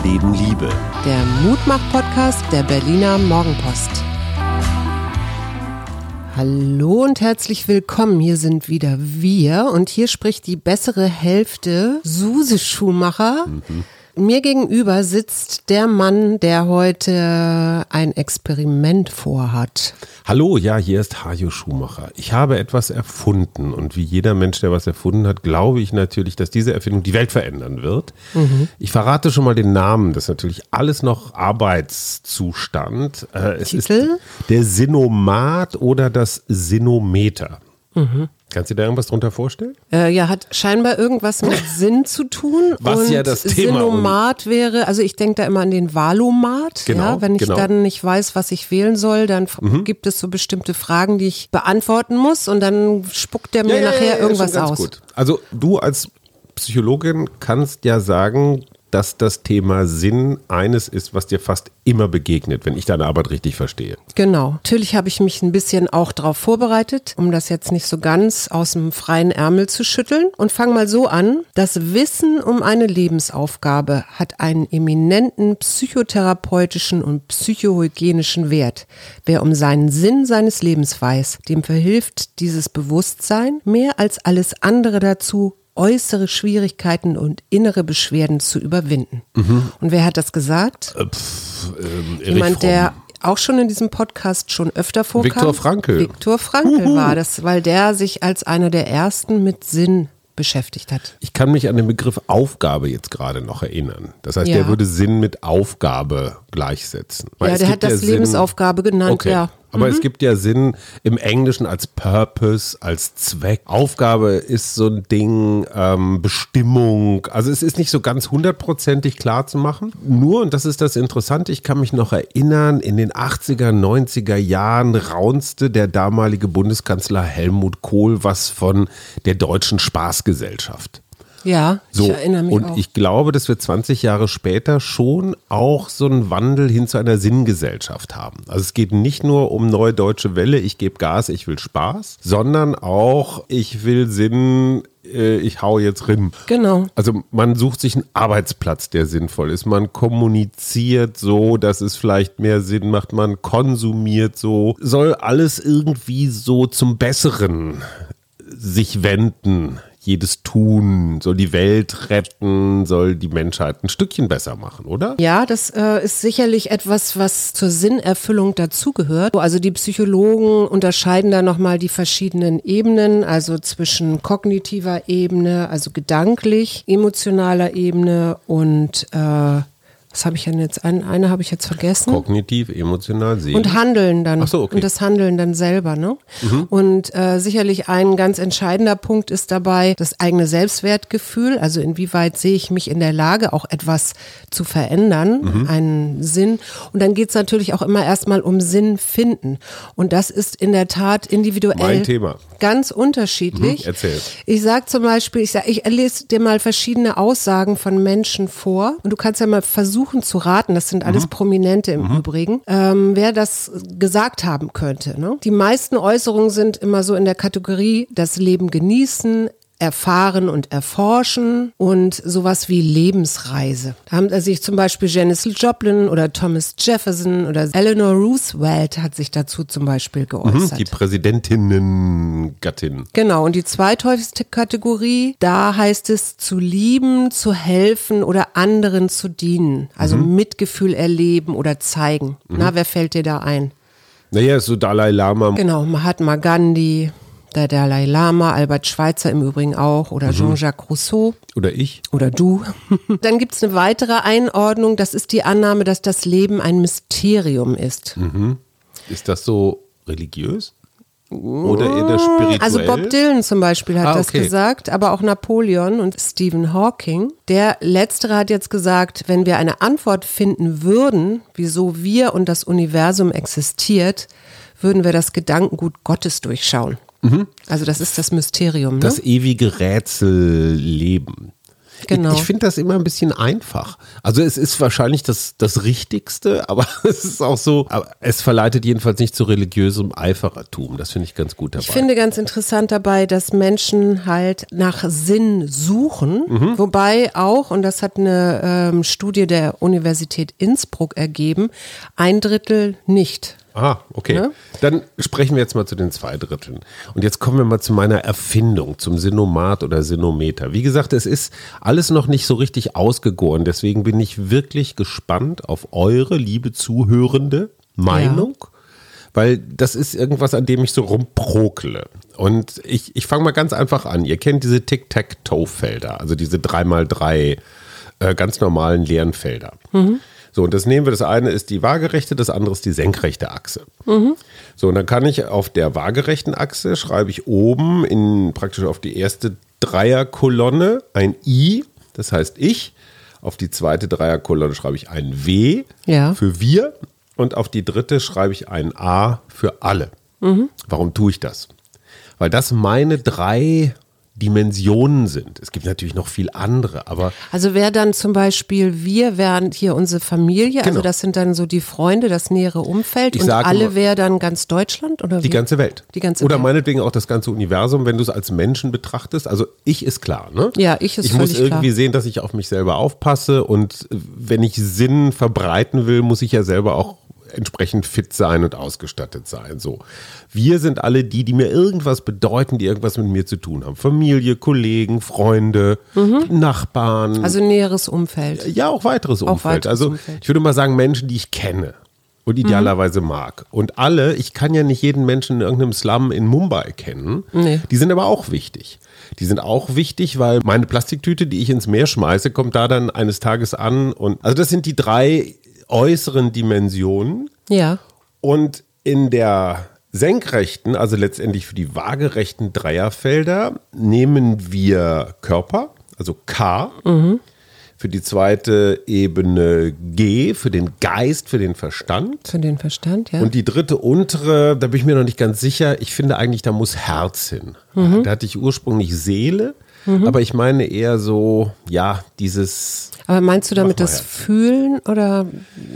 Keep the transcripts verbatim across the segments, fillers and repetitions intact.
Leben Liebe. Der Mutmach-Podcast der Berliner Morgenpost. Hallo und herzlich willkommen, hier sind wieder wir und hier spricht die bessere Hälfte, Suse Schumacher. Mhm. Mir gegenüber sitzt der Mann, der heute ein Experiment vorhat. Hallo, ja, hier ist Hajo Schumacher. Ich habe etwas erfunden und wie jeder Mensch, der was erfunden hat, glaube ich natürlich, dass diese Erfindung die Welt verändern wird. Mhm. Ich verrate schon mal den Namen, das ist natürlich alles noch Arbeitszustand. Äh, es Titel? Ist der Sinomat oder das Sinometer. Mhm. Kannst du dir da irgendwas drunter vorstellen? Äh, ja, hat scheinbar irgendwas mit Sinn zu tun. Was und ja das Thema Sinomat wäre, also ich denke da immer an den Valomat. Genau, ja, wenn ich genau. dann nicht weiß, was ich wählen soll, dann mhm. gibt es so bestimmte Fragen, die ich beantworten muss und dann spuckt der mir ja, nachher ja, ja, irgendwas schon ganz aus. Gut. Also du als Psychologin kannst ja sagen, dass das Thema Sinn eines ist, was dir fast immer begegnet, wenn ich deine Arbeit richtig verstehe. Genau. Natürlich habe ich mich ein bisschen auch darauf vorbereitet, um das jetzt nicht so ganz aus dem freien Ärmel zu schütteln. Und fang mal so an. Das Wissen um eine Lebensaufgabe hat einen eminenten psychotherapeutischen und psychohygienischen Wert. Wer um seinen Sinn seines Lebens weiß, dem verhilft dieses Bewusstsein mehr als alles andere dazu, äußere Schwierigkeiten und innere Beschwerden zu überwinden. Mhm. Und wer hat das gesagt? Äh, pff, ähm, Jemand, der auch schon in diesem Podcast schon öfter vorkam. Viktor Frankl. Viktor Frankl Uhu. war das, weil der sich als einer der ersten mit Sinn beschäftigt hat. Ich kann mich an den Begriff Aufgabe jetzt gerade noch erinnern. Das heißt, Ja. der würde Sinn mit Aufgabe gleichsetzen. Weil Ja, es der gibt hat das Sinn, Lebensaufgabe genannt, okay. ja. Aber Mhm. es gibt ja Sinn im Englischen als Purpose, als Zweck. Aufgabe ist so ein Ding, ähm, Bestimmung. Also es ist nicht so ganz hundertprozentig klar zu machen. Nur, und das ist das Interessante, ich kann mich noch erinnern, in den achtziger, neunziger Jahren raunzte der damalige Bundeskanzler Helmut Kohl was von der Deutschen Spaßgesellschaft. Ja, So, ich erinnere mich und auch. ich glaube, dass wir zwanzig Jahre später schon auch so einen Wandel hin zu einer Sinngesellschaft haben. Also es geht nicht nur um Neue Deutsche Welle, ich gebe Gas, ich will Spaß, sondern auch, ich will Sinn, äh, ich hau jetzt rin. Genau. Also man sucht sich einen Arbeitsplatz, der sinnvoll ist. Man kommuniziert so, dass es vielleicht mehr Sinn macht. Man konsumiert so. Soll alles irgendwie so zum Besseren sich wenden. Jedes Tun, soll die Welt retten, soll die Menschheit ein Stückchen besser machen, oder? Ja, das äh, ist sicherlich etwas, was zur Sinnerfüllung dazugehört. Also die Psychologen unterscheiden da nochmal die verschiedenen Ebenen, also zwischen kognitiver Ebene, also gedanklich, emotionaler Ebene und äh, was habe ich denn jetzt? Eine, eine habe ich jetzt vergessen. Kognitiv, emotional, seelisch. Und Handeln dann. Ach so, okay. Und das Handeln dann selber. Ne? Mhm. Und äh, sicherlich ein ganz entscheidender Punkt ist dabei das eigene Selbstwertgefühl. Also inwieweit sehe ich mich in der Lage, auch etwas zu verändern, mhm. einen Sinn. Und dann geht es natürlich auch immer erstmal um Sinn finden. Und das ist in der Tat individuell mein Thema. Ganz unterschiedlich. Mhm, erzähl. Ich sage zum Beispiel, ich, sag, ich lese dir mal verschiedene Aussagen von Menschen vor. Und du kannst ja mal versuchen, zu raten, das sind alles mhm. Prominente im mhm. Übrigen, ähm, wer das gesagt haben könnte. Ne? Die meisten Äußerungen sind immer so in der Kategorie das Leben genießen, erfahren und erforschen und sowas wie Lebensreise. Da haben sich zum Beispiel Janis Joplin oder Thomas Jefferson oder Eleanor Roosevelt hat sich dazu zum Beispiel geäußert. Mhm, die Präsidentinnen-Gattin. Genau, und die zweithäufigste Kategorie, da heißt es zu lieben, zu helfen oder anderen zu dienen. Also mhm. Mitgefühl erleben oder zeigen. Mhm. Na, wer fällt dir da ein? Naja, so Dalai Lama. Genau, Mahatma Gandhi, der Dalai Lama, Albert Schweitzer im Übrigen auch oder mhm. Jean-Jacques Rousseau. Oder ich. Oder du. Dann gibt es eine weitere Einordnung, das ist die Annahme, dass das Leben ein Mysterium ist. Mhm. Ist das so religiös? Oder eher das spirituell? Also Bob Dylan zum Beispiel hat ah, das okay. gesagt, aber auch Napoleon und Stephen Hawking. Der Letztere hat jetzt gesagt, wenn wir eine Antwort finden würden, wieso wir und das Universum existiert, würden wir das Gedankengut Gottes durchschauen. Mhm. Also das ist das Mysterium. Ne? Das ewige Rätselleben. Genau. Ich, ich finde das immer ein bisschen einfach. Also es ist wahrscheinlich das, das Richtigste, aber es ist auch so, aber es verleitet jedenfalls nicht zu religiösem Eiferertum. Das finde ich ganz gut dabei. Ich finde ganz interessant dabei, dass Menschen halt nach Sinn suchen, mhm. wobei auch, und das hat eine ähm, Studie der Universität Innsbruck ergeben, ein Drittel nicht. Ah, okay. Ne? Dann sprechen wir jetzt mal zu den zwei Dritteln. Und jetzt kommen wir mal zu meiner Erfindung, zum Sinomat oder Sinometer. Wie gesagt, es ist alles noch nicht so richtig ausgegoren. Deswegen bin ich wirklich gespannt auf eure, liebe Zuhörende, Meinung. Ja. Weil das ist irgendwas, an dem ich so rumprokele. Und ich, ich fange mal ganz einfach an. Ihr kennt diese Tic-Tac-Toe-Felder, also diese drei mal drei äh, ganz normalen leeren Felder. Mhm. So, und das nehmen wir, das eine ist die waagerechte, das andere ist die senkrechte Achse. Mhm. So, und dann kann ich auf der waagerechten Achse, schreibe ich oben in praktisch auf die erste Dreierkolonne ein I, das heißt ich. Auf die zweite Dreierkolonne schreibe ich ein W ja. für wir. Und auf die dritte schreibe ich ein A für alle. Mhm. Warum tue ich das? Weil das meine drei Dimensionen sind. Es gibt natürlich noch viel andere, aber... Also wäre dann zum Beispiel wir, wären hier unsere Familie, genau. also das sind dann so die Freunde, das nähere Umfeld ich und alle immer, wäre dann ganz Deutschland? Oder die wie? ganze Welt. Die ganze oder Welt. meinetwegen auch das ganze Universum, wenn du es als Menschen betrachtest. Also ich ist klar, ne? Ja, ich ist Ich völlig muss irgendwie klar. sehen, dass ich auf mich selber aufpasse und wenn ich Sinn verbreiten will, muss ich ja selber auch entsprechend fit sein und ausgestattet sein. So. Wir sind alle die, die mir irgendwas bedeuten, die irgendwas mit mir zu tun haben. Familie, Kollegen, Freunde, mhm. Nachbarn. Also näheres Umfeld. Ja, auch weiteres auch Umfeld. Weiteres also Umfeld. Ich würde mal sagen, Menschen, die ich kenne und idealerweise mhm. mag. Und alle, ich kann ja nicht jeden Menschen in irgendeinem Slum in Mumbai kennen. Nee. Die sind aber auch wichtig. Die sind auch wichtig, weil meine Plastiktüte, die ich ins Meer schmeiße, kommt da dann eines Tages an. Und also das sind die drei äußeren Dimensionen. Ja. Und in der senkrechten, also letztendlich für die waagerechten Dreierfelder, nehmen wir Körper, also K, mhm. für die zweite Ebene G, für den Geist, für den Verstand. Für den Verstand, ja. Und die dritte untere, da bin ich mir noch nicht ganz sicher, ich finde eigentlich, da muss Herz hin. Mhm. Da hatte ich ursprünglich Seele. Mhm. Aber ich meine eher so, ja, dieses... Aber meinst du damit das Fühlen oder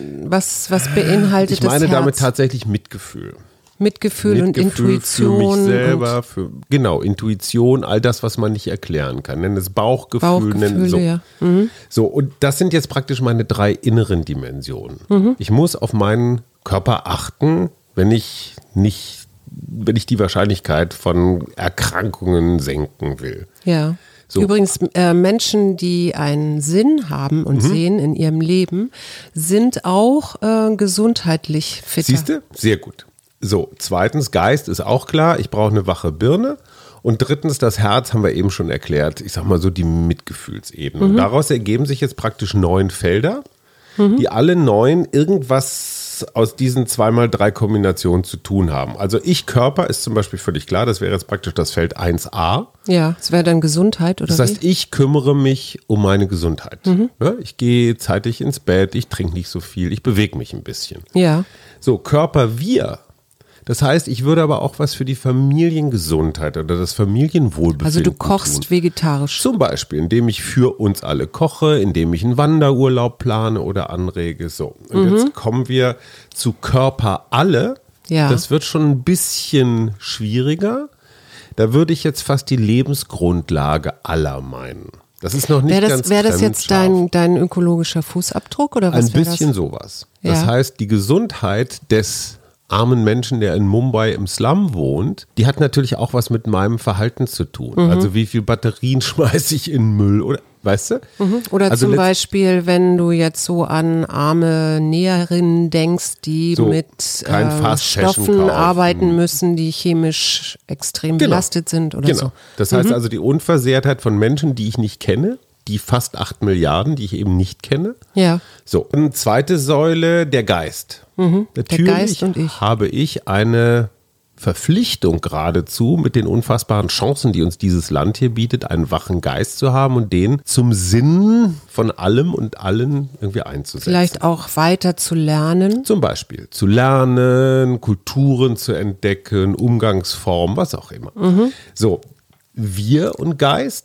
was, was beinhaltet das Ich meine Herz? damit tatsächlich Mitgefühl. Mitgefühl, Mitgefühl und Intuition. Für mich selber, für, genau, Intuition, all das, was man nicht erklären kann. Nenn es Bauchgefühl. Bauchgefühl, nenn, so. ja. Mhm. So, und das sind jetzt praktisch meine drei inneren Dimensionen. Mhm. Ich muss auf meinen Körper achten, wenn ich nicht wenn ich die Wahrscheinlichkeit von Erkrankungen senken will. Ja. So. Übrigens, äh, Menschen, die einen Sinn haben und mhm. sehen in ihrem Leben, sind auch äh, gesundheitlich fitter. Siehst du? Sehr gut. So, zweitens, Geist ist auch klar, ich brauche eine wache Birne. Und drittens, das Herz haben wir eben schon erklärt, ich sag mal so die Mitgefühlsebene. Mhm. Und daraus ergeben sich jetzt praktisch neun Felder, mhm. die alle neun irgendwas aus diesen zwei mal drei Kombinationen zu tun haben. Also ich Körper ist zum Beispiel völlig klar, das wäre jetzt praktisch das Feld eins a. Ja, das wäre dann Gesundheit oder Das heißt, wie? Ich kümmere mich um meine Gesundheit. Mhm. Ja, ich gehe zeitig ins Bett, ich trinke nicht so viel, ich bewege mich ein bisschen. Ja. So, Körper wir. Das heißt, ich würde aber auch was für die Familiengesundheit oder das Familienwohlbefinden Also du kochst tun. vegetarisch. Zum Beispiel, indem ich für uns alle koche, indem ich einen Wanderurlaub plane oder anrege. So. Und mhm. jetzt kommen wir zu Körper alle. Ja. Das wird schon ein bisschen schwieriger. Da würde ich jetzt fast die Lebensgrundlage aller meinen. Das ist noch nicht wär das, ganz Wäre das jetzt dein, dein ökologischer Fußabdruck oder was? Ein bisschen das? sowas. Ja. Das heißt, die Gesundheit des armen Menschen, der in Mumbai im Slum wohnt, die hat natürlich auch was mit meinem Verhalten zu tun. Mhm. Also wie viel Batterien schmeiße ich in Müll oder, weißt du? Mhm. Oder also zum Beispiel, wenn du jetzt so an arme Näherinnen denkst, die so mit äh, Stoffen arbeiten müssen, die chemisch extrem genau. belastet sind oder genau. so. Das heißt mhm. also die Unversehrtheit von Menschen, die ich nicht kenne, die fast acht Milliarden, die ich eben nicht kenne. Ja. So, und zweite Säule, der Geist. Mhm, Natürlich der Geist und ich. habe ich eine Verpflichtung geradezu mit den unfassbaren Chancen, die uns dieses Land hier bietet, einen wachen Geist zu haben und den zum Sinn von allem und allen irgendwie einzusetzen. Vielleicht auch weiter zu lernen. Zum Beispiel zu lernen, Kulturen zu entdecken, Umgangsformen, was auch immer. Mhm. So, wir und Geist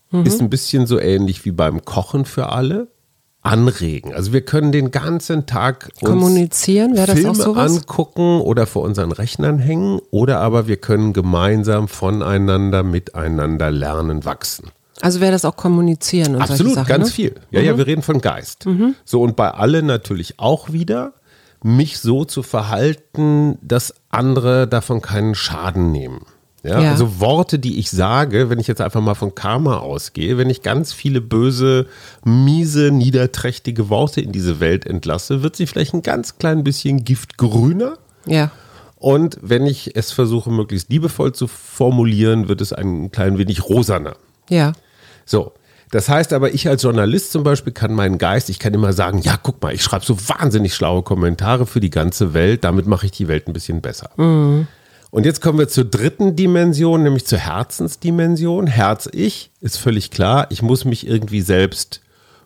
mhm. ist ein bisschen so ähnlich wie beim Kochen für alle. Anregen. Also wir können den ganzen Tag uns kommunizieren, wäre das Filme auch sowas? angucken oder vor unseren Rechnern hängen oder aber wir können gemeinsam voneinander, miteinander lernen, wachsen. Also wäre das auch kommunizieren und Absolut, solche Sachen, ganz ne? viel. Ja, mhm. ja, wir reden von Geist. Mhm. So und bei alle natürlich auch wieder, mich so zu verhalten, dass andere davon keinen Schaden nehmen. Ja, ja. Also Worte, die ich sage, wenn ich jetzt einfach mal von Karma ausgehe, wenn ich ganz viele böse, miese, niederträchtige Worte in diese Welt entlasse, wird sie vielleicht ein ganz klein bisschen giftgrüner. Ja. Und wenn ich es versuche, möglichst liebevoll zu formulieren, wird es ein klein wenig rosaner. Ja. So. Das heißt aber, ich als Journalist zum Beispiel kann meinen Geist, ich kann immer sagen, ja, guck mal, ich schreibe so wahnsinnig schlaue Kommentare für die ganze Welt, damit mache ich die Welt ein bisschen besser. Mhm. Und jetzt kommen wir zur dritten Dimension, nämlich zur Herzensdimension. Herz-Ich ist völlig klar. Ich muss mich irgendwie selbst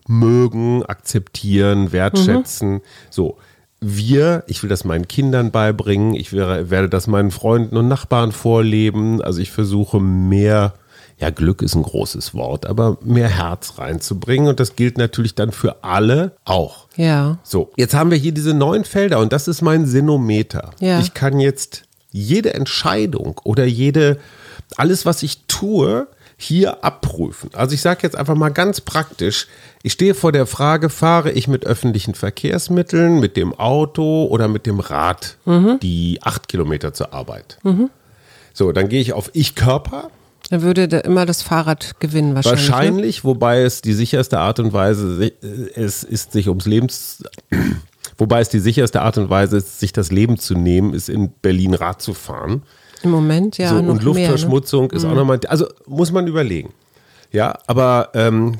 mögen, akzeptieren, wertschätzen. Mhm. So, wir, ich will das meinen Kindern beibringen. Ich werde, werde das meinen Freunden und Nachbarn vorleben. Also ich versuche mehr, ja, Glück ist ein großes Wort, aber mehr Herz reinzubringen. Und das gilt natürlich dann für alle auch. Ja. So, jetzt haben wir hier diese neun Felder und das ist mein Sinometer. Ja. Ich kann jetzt jede Entscheidung oder jede, alles, was ich tue, hier abprüfen. Also ich sage jetzt einfach mal ganz praktisch, ich stehe vor der Frage, fahre ich mit öffentlichen Verkehrsmitteln, mit dem Auto oder mit dem Rad mhm. die acht Kilometer zur Arbeit. Mhm. So, dann gehe ich auf Ich-Körper. Dann würde da immer das Fahrrad gewinnen wahrscheinlich. Wahrscheinlich, ne? Wobei es die sicherste Art und Weise es ist, sich ums Lebens... Wobei es die sicherste Art und Weise ist, sich das Leben zu nehmen, ist in Berlin Rad zu fahren. Im Moment, ja. So, noch und Luftverschmutzung mehr, ne? ist auch nochmal, also muss man überlegen. Ja, aber ähm,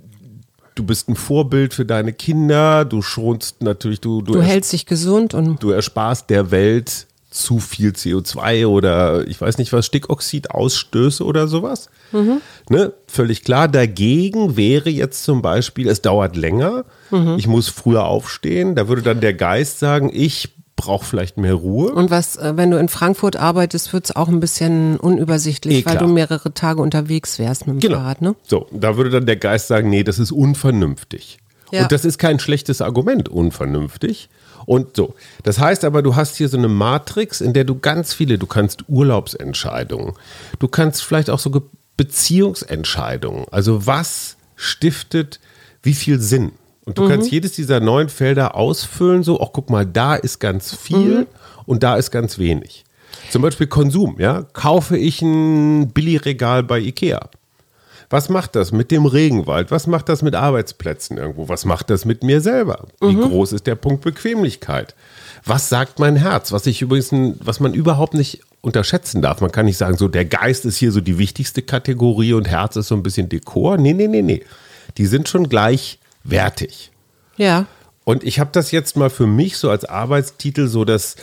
du bist ein Vorbild für deine Kinder, du schonst natürlich, du, du, du hältst dich gesund und du ersparst der Welt zu viel C O zwei oder ich weiß nicht was, Stickoxidausstöße oder sowas. Mhm. Ne? Völlig klar. Dagegen wäre jetzt zum Beispiel, es dauert länger, mhm. ich muss früher aufstehen, da würde dann der Geist sagen, ich brauche vielleicht mehr Ruhe. Und was, wenn du in Frankfurt arbeitest, wird es auch ein bisschen unübersichtlich, eh, weil du mehrere Tage unterwegs wärst mit dem genau. Fahrrad, ne? So, da würde dann der Geist sagen, nee, das ist unvernünftig. Ja. Und das ist kein schlechtes Argument, unvernünftig. Und so, das heißt aber, du hast hier so eine Matrix, in der du ganz viele, du kannst Urlaubsentscheidungen, du kannst vielleicht auch so Beziehungsentscheidungen, also was stiftet wie viel Sinn? Und du mhm. kannst jedes dieser neun Felder ausfüllen, so, ach guck mal, da ist ganz viel mhm. und da ist ganz wenig. Zum Beispiel Konsum, ja, kaufe ich ein Billigregal bei Ikea. Was macht das mit dem Regenwald? Was macht das mit Arbeitsplätzen irgendwo? Was macht das mit mir selber? Wie mhm. groß ist der Punkt Bequemlichkeit? Was sagt mein Herz? Was ich übrigens, was man überhaupt nicht unterschätzen darf. Man kann nicht sagen, so der Geist ist hier so die wichtigste Kategorie und Herz ist so ein bisschen Dekor. Nee, nee, nee, nee. Die sind schon gleichwertig. Ja. Und ich habe das jetzt mal für mich so als Arbeitstitel so, dass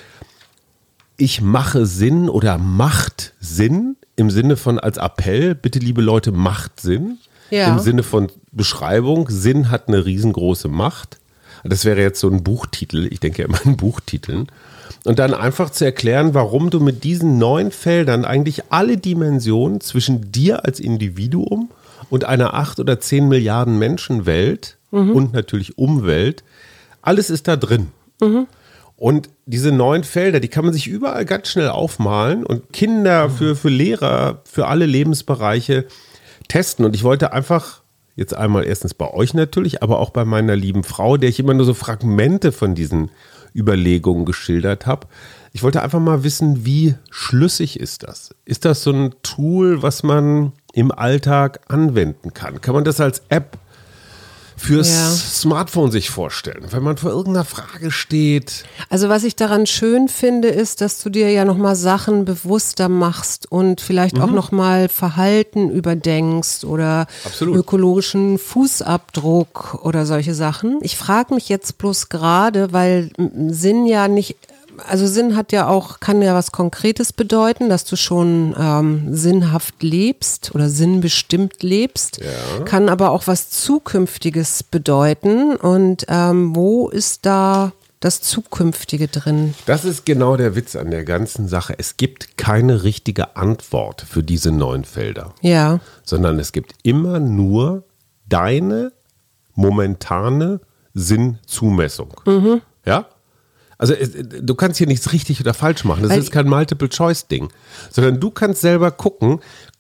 ich mache Sinn oder macht Sinn. Im Sinne von als Appell, bitte liebe Leute, macht Sinn. Ja. Im Sinne von Beschreibung, Sinn hat eine riesengroße Macht. Das wäre jetzt so ein Buchtitel, ich denke ja immer in Buchtiteln. Und dann einfach zu erklären, warum du mit diesen neun Feldern eigentlich alle Dimensionen zwischen dir als Individuum und einer acht oder zehn Milliarden Menschenwelt mhm. und natürlich Umwelt, alles ist da drin. Mhm. Und diese neun Felder, die kann man sich überall ganz schnell aufmalen und Kinder für, für Lehrer, für alle Lebensbereiche testen. Und ich wollte einfach jetzt einmal erstens bei euch natürlich, aber auch bei meiner lieben Frau, der ich immer nur so Fragmente von diesen Überlegungen geschildert habe. Ich wollte einfach mal wissen, wie schlüssig ist das? Ist das so ein Tool, was man im Alltag anwenden kann? Kann man das als App fürs ja. Smartphone sich vorstellen, wenn man vor irgendeiner Frage steht? Also was ich daran schön finde, ist, dass du dir ja nochmal Sachen bewusster machst und vielleicht mhm. auch nochmal Verhalten überdenkst oder Absolut. ökologischen Fußabdruck oder solche Sachen. Ich frage mich jetzt bloß gerade, weil Sinn ja nicht, also Sinn hat ja auch, kann ja was Konkretes bedeuten, dass du schon ähm, sinnhaft lebst oder sinnbestimmt lebst, ja. kann aber auch was Zukünftiges bedeuten. Und ähm, wo ist da das Zukünftige drin? Das ist genau der Witz an der ganzen Sache. Es gibt keine richtige Antwort für diese neuen Felder. Ja. Sondern es gibt immer nur deine momentane Sinnzumessung. Mhm. Ja? Also du kannst hier nichts richtig oder falsch machen. Das Weil ist kein Multiple-Choice-Ding. Sondern du kannst selber gucken,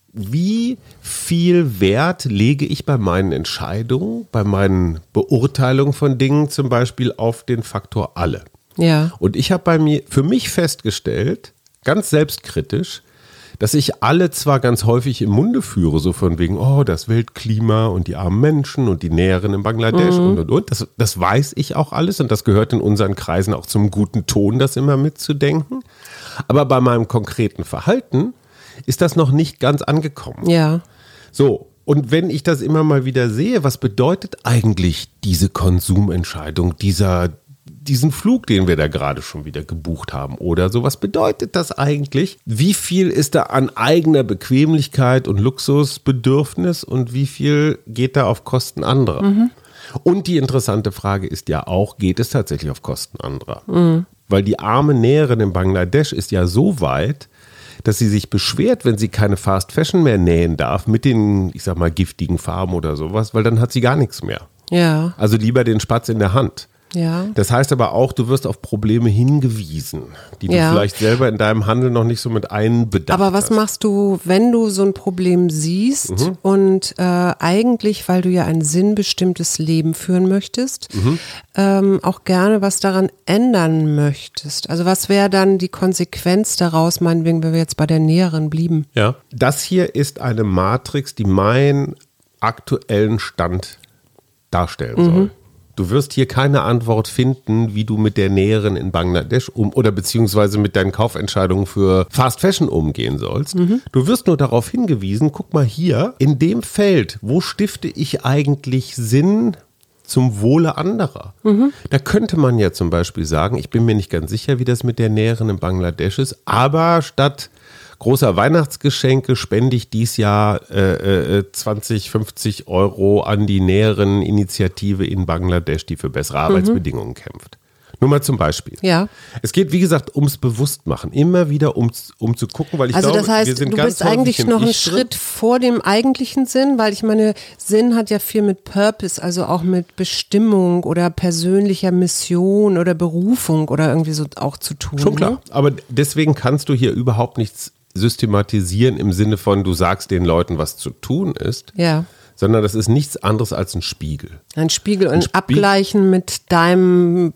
wie viel Wert lege ich bei meinen Entscheidungen, bei meinen Beurteilungen von Dingen zum Beispiel auf den Faktor alle. Ja. Und ich habe bei mir für mich festgestellt, ganz selbstkritisch, dass ich alle zwar ganz häufig im Munde führe, so von wegen, oh, das Weltklima und die armen Menschen und die Näheren in Bangladesch mhm. und, und, und. Das, das weiß ich auch alles und das gehört in unseren Kreisen auch zum guten Ton, das immer mitzudenken. Aber bei meinem konkreten Verhalten ist das noch nicht ganz angekommen. Ja. So, und wenn ich das immer mal wieder sehe, was bedeutet eigentlich diese Konsumentscheidung, dieser diesen Flug, den wir da gerade schon wieder gebucht haben oder so, was bedeutet das eigentlich? Wie viel ist da an eigener Bequemlichkeit und Luxusbedürfnis und wie viel geht da auf Kosten anderer? Mhm. Und die interessante Frage ist ja auch, geht es tatsächlich auf Kosten anderer? Mhm. Weil die arme Näherin in Bangladesch ist ja so weit, dass sie sich beschwert, wenn sie keine Fast Fashion mehr nähen darf mit den, ich sag mal, giftigen Farben oder sowas, weil dann hat sie gar nichts mehr. Ja. Also lieber den Spatz in der Hand. Ja. Das heißt aber auch, du wirst auf Probleme hingewiesen, die du ja. vielleicht selber in deinem Handel noch nicht so mit einbedacht hast. Aber was machst du, wenn du so ein Problem siehst mhm. und äh, eigentlich, weil du ja ein sinnbestimmtes Leben führen möchtest, mhm. ähm, auch gerne was daran ändern möchtest? Also was wäre dann die Konsequenz daraus, meinetwegen, wenn wir jetzt bei der Näherin blieben? Ja, das hier ist eine Matrix, die meinen aktuellen Stand darstellen mhm. soll. Du wirst hier keine Antwort finden, wie du mit der Näherin in Bangladesch um oder beziehungsweise mit deinen Kaufentscheidungen für Fast Fashion umgehen sollst. Mhm. Du wirst nur darauf hingewiesen, guck mal hier, in dem Feld, wo stifte ich eigentlich Sinn zum Wohle anderer? Mhm. Da könnte man ja zum Beispiel sagen, ich bin mir nicht ganz sicher, wie das mit der Näherin in Bangladesch ist, aber statt großer Weihnachtsgeschenke spende ich dies Jahr äh, äh, zwanzig, fünfzig Euro an die näheren Initiative in Bangladesch, die für bessere mhm. Arbeitsbedingungen kämpft. Nur mal zum Beispiel. Ja. Es geht, wie gesagt, ums Bewusstmachen. Immer wieder um, um zu gucken, weil ich also glaube, das heißt, wir sind du ganz bist eigentlich noch einen Schritt drin. vor dem eigentlichen Sinn, weil ich meine, Sinn hat ja viel mit Purpose, also auch mit Bestimmung oder persönlicher Mission oder Berufung oder irgendwie so auch zu tun. Schon klar. Ne? Aber deswegen kannst du hier überhaupt nichts systematisieren im Sinne von, du sagst den Leuten, was zu tun ist, ja. sondern das ist nichts anderes als ein Spiegel. Ein Spiegel und ein Spiegel. Abgleichen mit deinem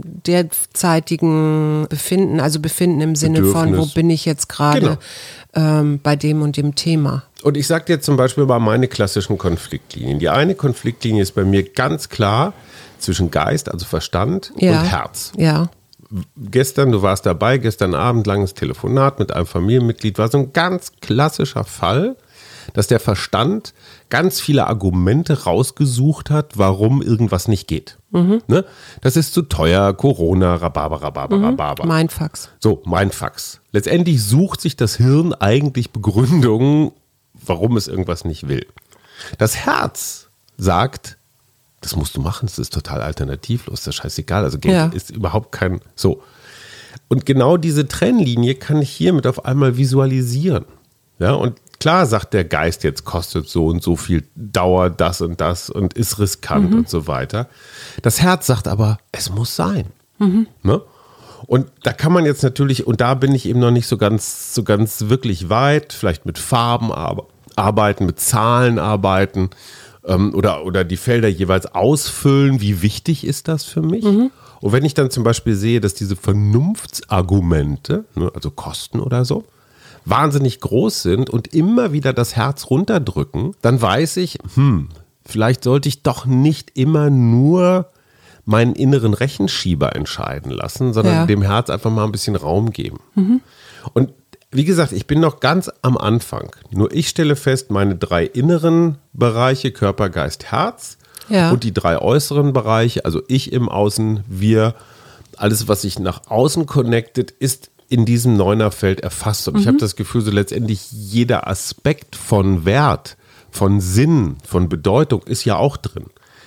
derzeitigen Befinden, also Befinden im Sinne Bedürfnis. von, wo bin ich jetzt gerade genau. ähm, bei dem und dem Thema. Und ich sage dir zum Beispiel mal meine klassischen Konfliktlinien. Die eine Konfliktlinie ist bei mir ganz klar zwischen Geist, also Verstand ja. und Herz. Ja. Gestern, du warst dabei, gestern Abend langes Telefonat mit einem Familienmitglied, war so ein ganz klassischer Fall, dass der Verstand ganz viele Argumente rausgesucht hat, warum irgendwas nicht geht. Mhm. Ne? Das ist zu teuer, Corona, Rhabarber, Rhabarber, mhm. Rhabarber. Mindfucks. So, Mindfucks. Letztendlich sucht sich das Hirn eigentlich Begründungen, warum es irgendwas nicht will. Das Herz sagt, das musst du machen, das ist total alternativlos, das ist scheißegal, also Geld ja. ist überhaupt kein, so. Und genau diese Trennlinie kann ich hiermit auf einmal visualisieren. Ja, und klar sagt der Geist, jetzt kostet so und so viel Dauer das und das und ist riskant mhm. und so weiter. Das Herz sagt aber, es muss sein. Mhm. Ne? Und da kann man jetzt natürlich, und da bin ich eben noch nicht so ganz, so ganz wirklich weit, vielleicht mit Farben arbeiten, mit Zahlen arbeiten, Oder, oder die Felder jeweils ausfüllen, wie wichtig ist das für mich? Mhm. Und wenn ich dann zum Beispiel sehe, dass diese Vernunftsargumente, ne, also Kosten oder so, wahnsinnig groß sind und immer wieder das Herz runterdrücken, dann weiß ich, hm, vielleicht sollte ich doch nicht immer nur meinen inneren Rechenschieber entscheiden lassen, sondern ja. dem Herz einfach mal ein bisschen Raum geben. Mhm. Und wie gesagt, ich bin noch ganz am Anfang. Nur ich stelle fest, meine drei inneren Bereiche, Körper, Geist, Herz ja. und die drei äußeren Bereiche, also ich im Außen, wir, alles, was sich nach außen connected, ist in diesem Neunerfeld erfasst. Und mhm. ich habe das Gefühl, so letztendlich jeder Aspekt von Wert, von Sinn, von Bedeutung ist ja auch drin.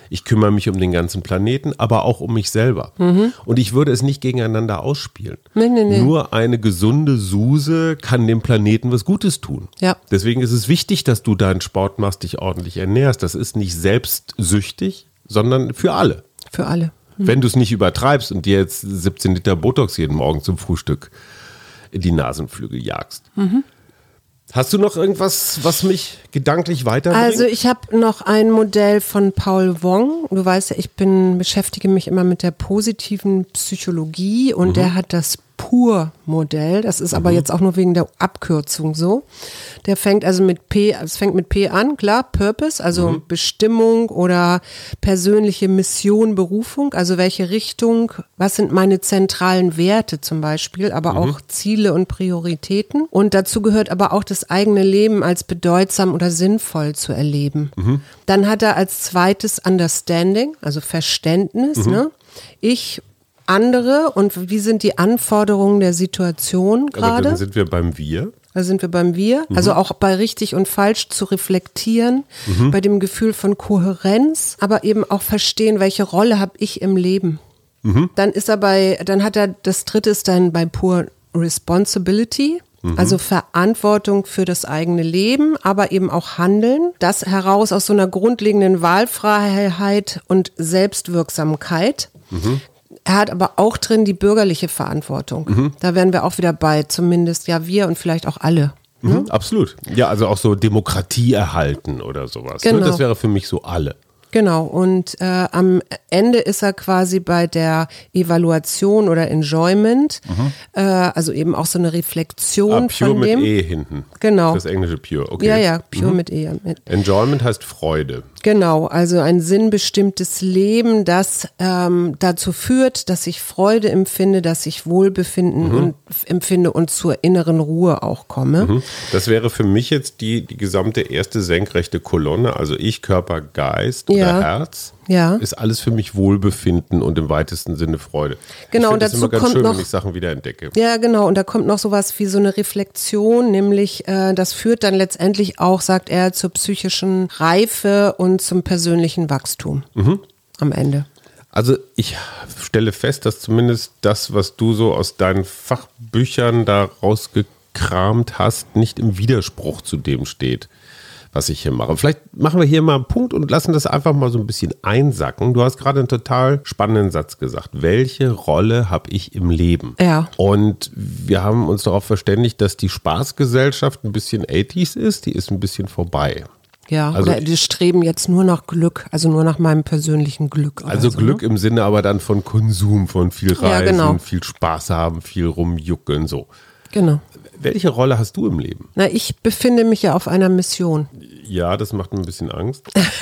Ich kümmere mich um den ganzen Planeten, aber auch um mich selber. Mhm. Und ich würde es nicht gegeneinander ausspielen. Nee, nee, nee. Nur eine gesunde Suse kann dem Planeten was Gutes tun. Ja. Deswegen ist es wichtig, dass du deinen Sport machst, dich ordentlich ernährst. Das ist nicht selbstsüchtig, sondern für alle. Für alle. Mhm. Wenn du es nicht übertreibst und dir jetzt siebzehn Liter Botox jeden Morgen zum Frühstück in die Nasenflügel jagst. Mhm. Hast du noch irgendwas, was mich gedanklich weiterbringt? Also ich habe noch ein Modell von Paul Wong. Du weißt ja, ich bin, beschäftige mich immer mit der positiven Psychologie und mhm. der hat das Pur-Modell. Das ist mhm. aber jetzt auch nur wegen der Abkürzung so. Der fängt also mit P, es fängt mit P an, klar, Purpose, also mhm. Bestimmung oder persönliche Mission, Berufung, also welche Richtung, was sind meine zentralen Werte zum Beispiel, aber mhm. auch Ziele und Prioritäten. Und dazu gehört aber auch das eigene Leben als bedeutsam oder sinnvoll zu erleben. Mhm. Dann hat er als zweites Understanding, also Verständnis, mhm. ne? Ich andere und wie sind die Anforderungen der Situation gerade? Aber dann sind wir beim Wir. Da sind wir beim Wir. Mhm. Also auch bei richtig und falsch zu reflektieren, mhm. bei dem Gefühl von Kohärenz, aber eben auch verstehen, welche Rolle habe ich im Leben. Mhm. Dann ist er bei, dann hat er, das dritte ist dann bei Pur Responsibility. Mhm. Also Verantwortung für das eigene Leben, aber eben auch Handeln. Das heraus aus so einer grundlegenden Wahlfreiheit und Selbstwirksamkeit. Mhm. Er hat aber auch drin die bürgerliche Verantwortung. Mhm. Da wären wir auch wieder bei, zumindest ja wir und vielleicht auch alle. Mhm, ne? Absolut. Ja, also auch so Demokratie erhalten oder sowas. Genau. Ne? Das wäre für mich so alle. Genau, und äh, am Ende ist er quasi bei der Evaluation oder Enjoyment, mhm. äh, also eben auch so eine Reflexion ah, pure von dem. Mit E hinten. Genau. Das englische Pure, okay. Ja, ja, Pure mhm. mit E. Enjoyment heißt Freude. Genau, also ein sinnbestimmtes Leben, das ähm, dazu führt, dass ich Freude empfinde, dass ich Wohlbefinden mhm. und, empfinde und zur inneren Ruhe auch komme. Mhm. Das wäre für mich jetzt die, die gesamte erste senkrechte Kolonne, also ich, Körper, Geist ja. oder Herz. Ja. Ist alles für mich Wohlbefinden und im weitesten Sinne Freude. Genau, ich und das dazu immer ganz kommt schön, noch, wenn ich Sachen wieder entdecke. Ja, genau, und da kommt noch sowas wie so eine Reflexion, nämlich äh, das führt dann letztendlich auch, sagt er, zur psychischen Reife und zum persönlichen Wachstum mhm. am Ende. Also ich stelle fest, dass zumindest das, was du so aus deinen Fachbüchern da rausgekramt hast, nicht im Widerspruch zu dem steht, was ich hier mache. Vielleicht machen wir hier mal einen Punkt und lassen das einfach mal so ein bisschen einsacken. Du hast gerade einen total spannenden Satz gesagt. Welche Rolle habe ich im Leben? Ja. Und wir haben uns darauf verständigt, dass die Spaßgesellschaft ein bisschen achtziger ist. Die ist ein bisschen vorbei. Ja, also, oder die streben jetzt nur nach Glück, also nur nach meinem persönlichen Glück. Also so, Glück ne? im Sinne aber dann von Konsum, von viel Reisen, ja, genau. viel Spaß haben, viel rumjuckeln, so. Genau. Welche Rolle hast du im Leben? Na, ich befinde mich ja auf einer Mission. Ja, das macht mir ein bisschen Angst.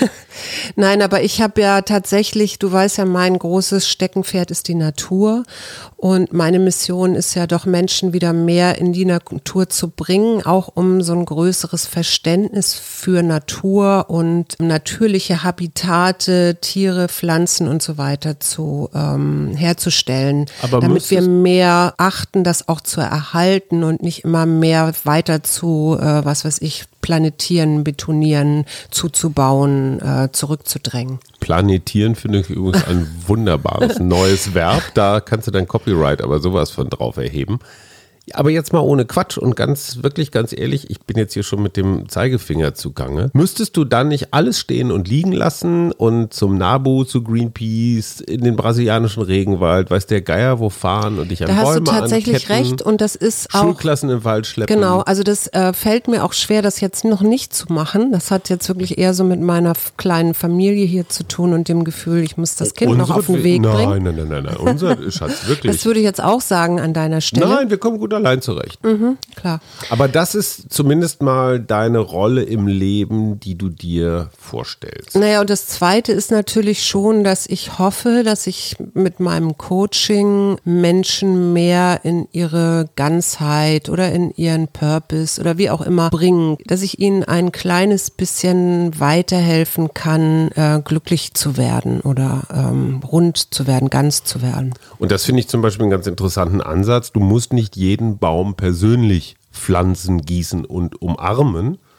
Nein, aber ich habe ja tatsächlich, du weißt ja, mein großes Steckenpferd ist die Natur und meine Mission ist ja doch, Menschen wieder mehr in die Natur zu bringen, auch um so ein größeres Verständnis für Natur und natürliche Habitate, Tiere, Pflanzen und so weiter zu ähm, herzustellen, aber damit wir mehr achten, das auch zu erhalten und nicht immer mehr weiter zu, äh, was weiß ich, planetieren, betonieren, zuzubauen, äh, zurückzudrängen. Planetieren finde ich übrigens ein wunderbares neues Verb. Da kannst du dein Copyright aber sowas von drauf erheben. Aber jetzt mal ohne Quatsch und ganz, wirklich ganz ehrlich, ich bin jetzt hier schon mit dem Zeigefinger zugange. Müsstest du dann nicht alles stehen und liegen lassen und zum NABU, zu Greenpeace, in den brasilianischen Regenwald, weiß der Geier wo fahren und dich an da Bäume Da hast du tatsächlich anketten, recht und das ist auch... Schulklassen im Wald schleppen. Genau, also das äh, fällt mir auch schwer, das jetzt noch nicht zu machen. Das hat jetzt wirklich eher so mit meiner kleinen Familie hier zu tun und dem Gefühl, ich muss das Kind Unsere, noch auf den Weg nein, bringen. Nein, nein, nein, nein, unser Schatz, wirklich. Das würde ich jetzt auch sagen an deiner Stelle. Nein, wir kommen gut allein zurecht. Mhm, klar. Aber das ist zumindest mal deine Rolle im Leben, die du dir vorstellst. Naja, und das Zweite ist natürlich schon, dass ich hoffe, dass ich mit meinem Coaching Menschen mehr in ihre Ganzheit oder in ihren Purpose oder wie auch immer bringen, dass ich ihnen ein kleines bisschen weiterhelfen kann, äh, glücklich zu werden oder ähm, rund zu werden, ganz zu werden. Und das finde ich zum Beispiel einen ganz interessanten Ansatz. Du musst nicht jeden Baum persönlich pflanzen, gießen und umarmen,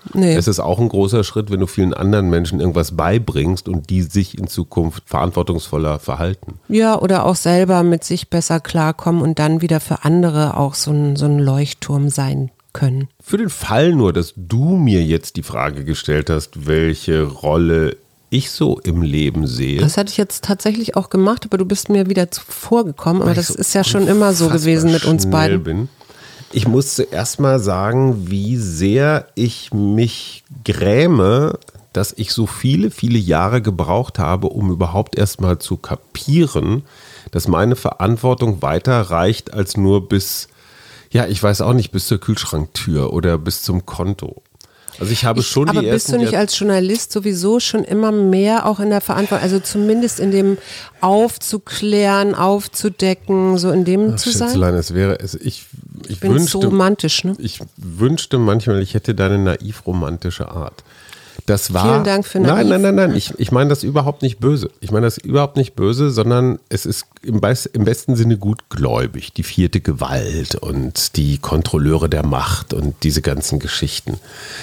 Nee. Es ist auch ein großer Schritt, wenn du vielen anderen Menschen irgendwas beibringst und die sich in Zukunft verantwortungsvoller verhalten. Ja, oder auch selber mit sich besser klarkommen und dann wieder für andere auch so ein, so ein Leuchtturm sein können. Für den Fall nur, dass du mir jetzt die Frage gestellt hast, welche Rolle ich so im Leben sehe. Das hatte ich jetzt tatsächlich auch gemacht, aber du bist mir wieder zuvor gekommen. Aber das so ist ja schon immer so gewesen mit uns beiden. Bin. Ich muss zuerst mal sagen, wie sehr ich mich gräme, dass ich so viele, viele Jahre gebraucht habe, um überhaupt erst mal zu kapieren, dass meine Verantwortung weiter reicht als nur bis, ja, ich weiß auch nicht, bis zur Kühlschranktür oder bis zum Konto. Also ich habe ich, schon aber die bist du nicht als Journalist sowieso schon immer mehr auch in der Verantwortung, also zumindest in dem aufzuklären, aufzudecken, so in dem Ach, zu sein? Schätzelein, es wäre, es, ich, ich, ich bin wünschte, so romantisch, ne? Ich wünschte manchmal, ich hätte deine naiv-romantische Art. Das war, Vielen Dank für naiv. Nein, nein, nein, nein. Ich, ich meine das überhaupt nicht böse. Ich meine das überhaupt nicht böse, sondern es ist im, Be- im besten Sinne gutgläubig. Die vierte Gewalt und die Kontrolleure der Macht und diese ganzen Geschichten.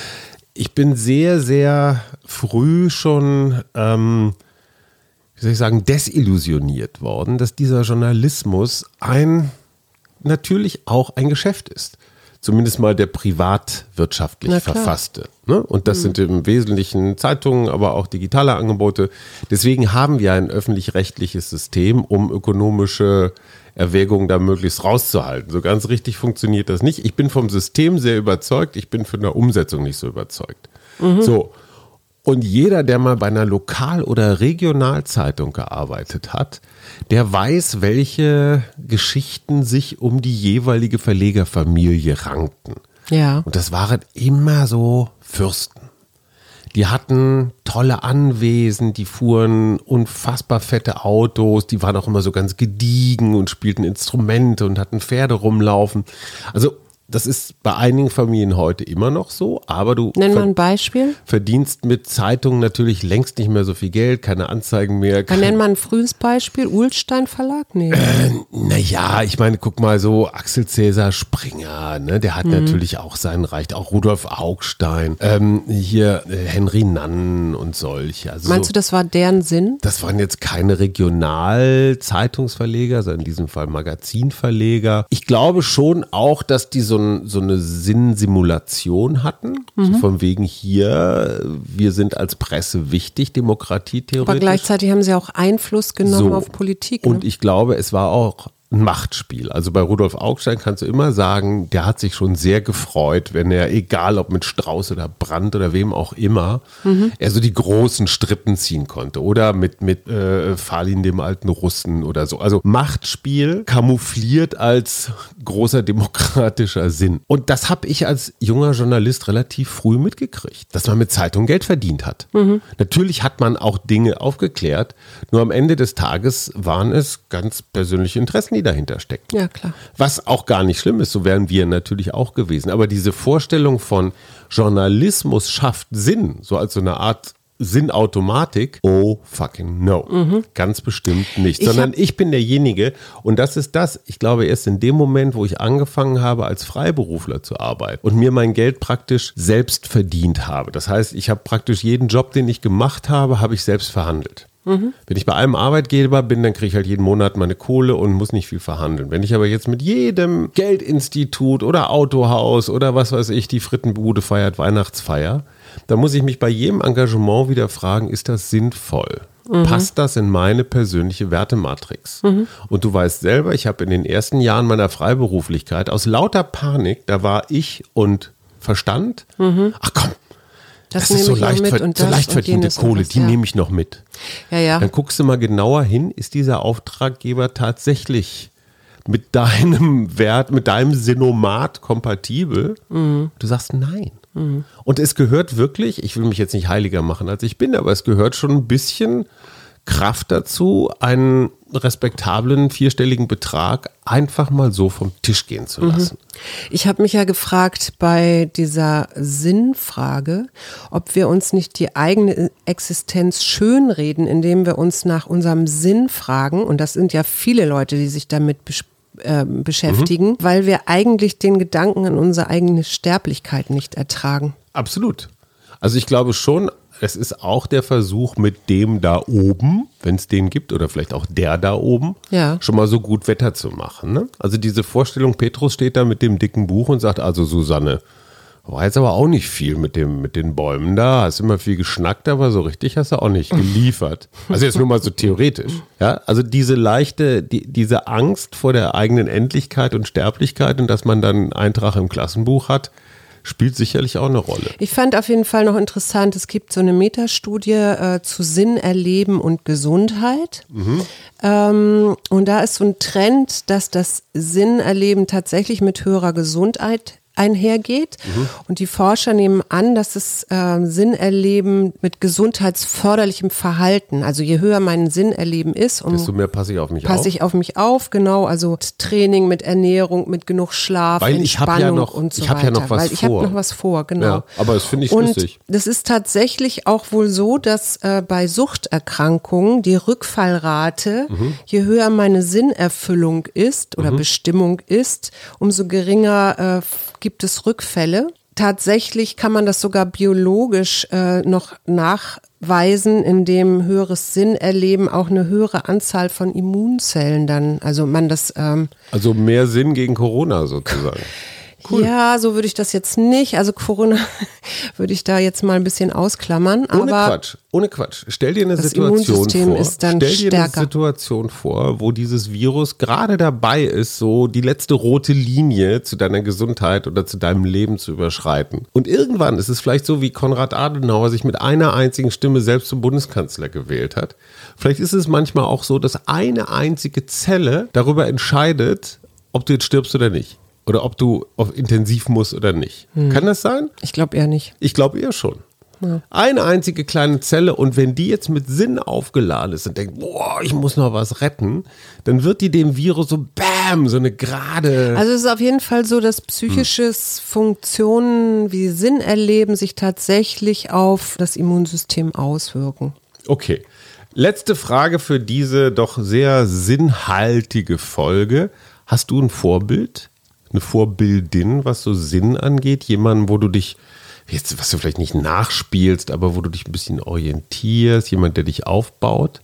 Ich bin sehr, sehr früh schon, ähm, wie soll ich sagen, desillusioniert worden, dass dieser Journalismus ein, natürlich auch ein Geschäft ist. Zumindest mal der privatwirtschaftlich verfasste. Ne? Und das mhm. sind im Wesentlichen Zeitungen, aber auch digitale Angebote. Deswegen haben wir ein öffentlich-rechtliches System, um ökonomische Erwägungen da möglichst rauszuhalten. So ganz richtig funktioniert das nicht. Ich bin vom System sehr überzeugt, ich bin von der Umsetzung nicht so überzeugt. Mhm. So. Und jeder, der mal bei einer Lokal- oder Regionalzeitung gearbeitet hat, der weiß, welche Geschichten sich um die jeweilige Verlegerfamilie rankten. Ja. Und das waren immer so Fürsten. Die hatten tolle Anwesen, die fuhren unfassbar fette Autos, die waren auch immer so ganz gediegen und spielten Instrumente und hatten Pferde rumlaufen. Also das ist bei einigen Familien heute immer noch so, aber du Nenn mal ein Beispiel. verdienst mit Zeitungen natürlich längst nicht mehr so viel Geld, keine Anzeigen mehr. Kann nenn mal ein frühes Beispiel, Ullstein Verlag? Nee. Äh, naja, ich meine, guck mal so, Axel Cäsar Springer, ne, der hat mhm. natürlich auch seinen Reich, auch Rudolf Augstein, ähm, hier äh, Henry Nannen und solche. Also Meinst so, du, das war deren Sinn? Das waren jetzt keine Regionalzeitungsverleger, sondern in diesem Fall Magazinverleger. Ich glaube schon auch, dass die so, ein, so eine Sinnsimulation hatten, mhm. so von wegen hier, wir sind als Presse wichtig, Demokratie theoretisch. Aber gleichzeitig haben sie auch Einfluss genommen so. auf Politik. Und ne? ich glaube, es war auch ein Machtspiel. Also bei Rudolf Augstein kannst du immer sagen, der hat sich schon sehr gefreut, wenn er, egal ob mit Strauß oder Brandt oder wem auch immer, mhm. er so die großen Strippen ziehen konnte. Oder mit, mit äh, Falin, dem alten Russen oder so. Also Machtspiel kamoufliert als großer demokratischer Sinn. Und das habe ich als junger Journalist relativ früh mitgekriegt, dass man mit Zeitung Geld verdient hat. Mhm. Natürlich hat man auch Dinge aufgeklärt, nur am Ende des Tages waren es ganz persönliche Interessen, die dahinter stecken. Ja, klar. Was auch gar nicht schlimm ist, so wären wir natürlich auch gewesen. Aber diese Vorstellung von Journalismus schafft Sinn, so als so eine Art Sinnautomatik, oh fucking no. Mhm. Ganz bestimmt nicht. Ich Sondern ich bin derjenige, und das ist das, ich glaube erst in dem Moment, wo ich angefangen habe, als Freiberufler zu arbeiten und mir mein Geld praktisch selbst verdient habe. Das heißt, ich habe praktisch jeden Job, den ich gemacht habe, habe ich selbst verhandelt. Mhm. Wenn ich bei einem Arbeitgeber bin, dann kriege ich halt jeden Monat meine Kohle und muss nicht viel verhandeln. Wenn ich aber jetzt mit jedem Geldinstitut oder Autohaus oder was weiß ich, die Frittenbude feiert Weihnachtsfeier, dann muss ich mich bei jedem Engagement wieder fragen, ist das sinnvoll? Mhm. Passt das in meine persönliche Wertematrix? Mhm. Und du weißt selber, ich habe in den ersten Jahren meiner Freiberuflichkeit aus lauter Panik, da war ich und Verstand, mhm. ach komm, Das, das ist so leicht, ver- so leicht verdiente Kohle, was, die ja. nehme ich noch mit. Ja, ja. Dann guckst du mal genauer hin, ist dieser Auftraggeber tatsächlich mit deinem Wert, mit deinem Sinomat kompatibel? Mhm. Du sagst nein. Mhm. Und es gehört wirklich, ich will mich jetzt nicht heiliger machen, als ich bin, aber es gehört schon ein bisschen Kraft dazu, einen respektablen vierstelligen Betrag einfach mal so vom Tisch gehen zu lassen. Ich habe mich ja gefragt bei dieser Sinnfrage, ob wir uns nicht die eigene Existenz schönreden, indem wir uns nach unserem Sinn fragen. Und das sind ja viele Leute, die sich damit besch- äh, beschäftigen, mhm. weil wir eigentlich den Gedanken an unsere eigene Sterblichkeit nicht ertragen. Absolut. Also ich glaube schon, es ist auch der Versuch mit dem da oben, wenn es den gibt, oder vielleicht auch der da oben, ja. schon mal so gut Wetter zu machen. Ne? Also diese Vorstellung, Petrus steht da mit dem dicken Buch und sagt, also Susanne, war jetzt aber auch nicht viel mit, dem, mit den Bäumen da, hast immer viel geschnackt, aber so richtig hast du auch nicht geliefert. Also jetzt nur mal so theoretisch. Ja? Also diese leichte, die, diese Angst vor der eigenen Endlichkeit und Sterblichkeit und dass man dann einen Eintrag im Klassenbuch hat, spielt sicherlich auch eine Rolle. Ich fand auf jeden Fall noch interessant, es gibt so eine Metastudie äh, zu Sinn, Erleben und Gesundheit. Mhm. Ähm, und da ist so ein Trend, dass das Sinnerleben tatsächlich mit höherer Gesundheit einhergeht. Mhm. Und die Forscher nehmen an, dass das äh, Sinnerleben mit gesundheitsförderlichem Verhalten, also je höher mein Sinnerleben ist, um, desto mehr passe ich auf mich passe auf. ich auf mich auf, genau, also Training mit Ernährung, mit genug Schlaf, Weil ich Entspannung ja noch, und so ich hab weiter. Ja noch was Weil ich vor. habe noch was vor, genau. Ja, aber das finde ich und schlüssig. Das ist tatsächlich auch wohl so, dass äh, bei Suchterkrankungen die Rückfallrate, mhm. je höher meine Sinnerfüllung ist oder mhm. Bestimmung ist, umso geringer äh, gibt es Rückfälle. Tatsächlich kann man das sogar biologisch äh, noch nachweisen, indem höheres Sinnerleben auch eine höhere Anzahl von Immunzellen dann, also man das... Ähm, also mehr Sinn gegen Corona sozusagen. Cool. Ja, so würde ich das jetzt nicht. Also Corona würde ich da jetzt mal ein bisschen ausklammern. Ohne aber Quatsch, ohne Quatsch. Stell dir eine das Situation Immunsystem vor. Ist dann Stell dir stärker. eine Situation vor, wo dieses Virus gerade dabei ist, so die letzte rote Linie zu deiner Gesundheit oder zu deinem Leben zu überschreiten. Und irgendwann ist es vielleicht so, wie Konrad Adenauer sich mit einer einzigen Stimme selbst zum Bundeskanzler gewählt hat. Vielleicht ist es manchmal auch so, dass eine einzige Zelle darüber entscheidet, ob du jetzt stirbst oder nicht. Oder ob du auf intensiv musst oder nicht. Hm. Kann das sein? Ich glaube eher nicht. Ich glaube eher schon. Ja. Eine einzige kleine Zelle und wenn die jetzt mit Sinn aufgeladen ist und denkt, boah, ich muss noch was retten, dann wird die dem Virus so bam, so eine gerade... Also es ist auf jeden Fall so, dass psychisches hm. Funktionen wie Sinnerleben sich tatsächlich auf das Immunsystem auswirken. Okay. Letzte Frage für diese doch sehr sinnhaltige Folge. Hast du ein Vorbild? Eine Vorbildin, was so Sinn angeht? Jemanden, wo du dich, jetzt, was du vielleicht nicht nachspielst, aber wo du dich ein bisschen orientierst? Jemand, der dich aufbaut?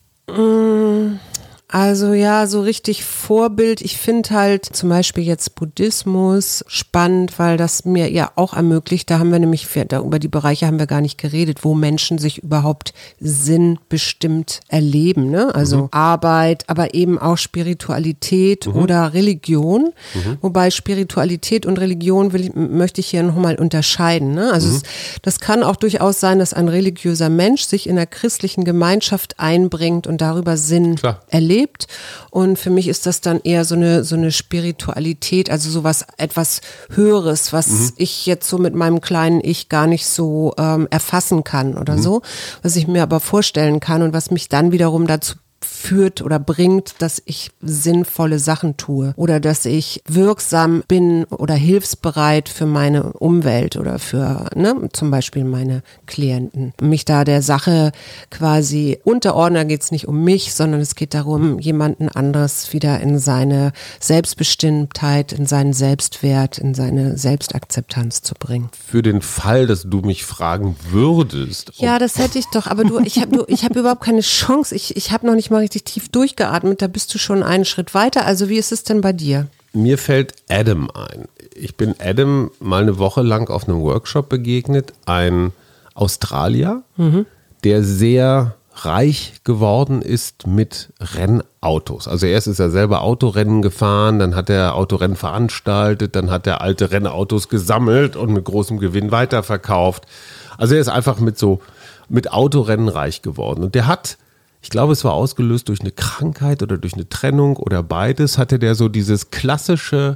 Also ja, so richtig Vorbild. Ich finde halt zum Beispiel jetzt Buddhismus spannend, weil das mir ja auch ermöglicht, da haben wir nämlich, da über die Bereiche haben wir gar nicht geredet, wo Menschen sich überhaupt sinnbestimmt erleben, ne? Also mhm. Arbeit, aber eben auch Spiritualität mhm. oder Religion. Mhm. Wobei Spiritualität und Religion will ich, möchte ich hier nochmal unterscheiden, ne? Also mhm. es, das kann auch durchaus sein, dass ein religiöser Mensch sich in der christlichen Gemeinschaft einbringt und darüber Sinn Klar. erlebt. Und für mich ist das dann eher so eine, so eine Spiritualität, also sowas etwas Höheres, was mhm. ich jetzt so mit meinem kleinen Ich gar nicht so ähm, erfassen kann oder mhm. so, was ich mir aber vorstellen kann und was mich dann wiederum dazu führt oder bringt, dass ich sinnvolle Sachen tue oder dass ich wirksam bin oder hilfsbereit für meine Umwelt oder für, ne, zum Beispiel meine Klienten. Mich da der Sache quasi unterordnen, da geht es nicht um mich, sondern es geht darum, jemanden anderes wieder in seine Selbstbestimmtheit, in seinen Selbstwert, in seine Selbstakzeptanz zu bringen. Für den Fall, dass du mich fragen würdest. Ja, das hätte ich doch, aber du, ich habe ich hab überhaupt keine Chance. Ich, ich habe noch nicht mal richtig tief durchgeatmet, da bist du schon einen Schritt weiter. Also wie ist es denn bei dir? Mir fällt Adam ein. Ich bin Adam mal eine Woche lang auf einem Workshop begegnet, ein Australier, mhm. der sehr reich geworden ist mit Rennautos. Also erst ist er selber Autorennen gefahren, dann hat er Autorennen veranstaltet, dann hat er alte Rennautos gesammelt und mit großem Gewinn weiterverkauft. Also er ist einfach mit so mit Autorennen reich geworden. Und der hat, ich glaube, es war ausgelöst durch eine Krankheit oder durch eine Trennung oder beides, hatte der so dieses klassische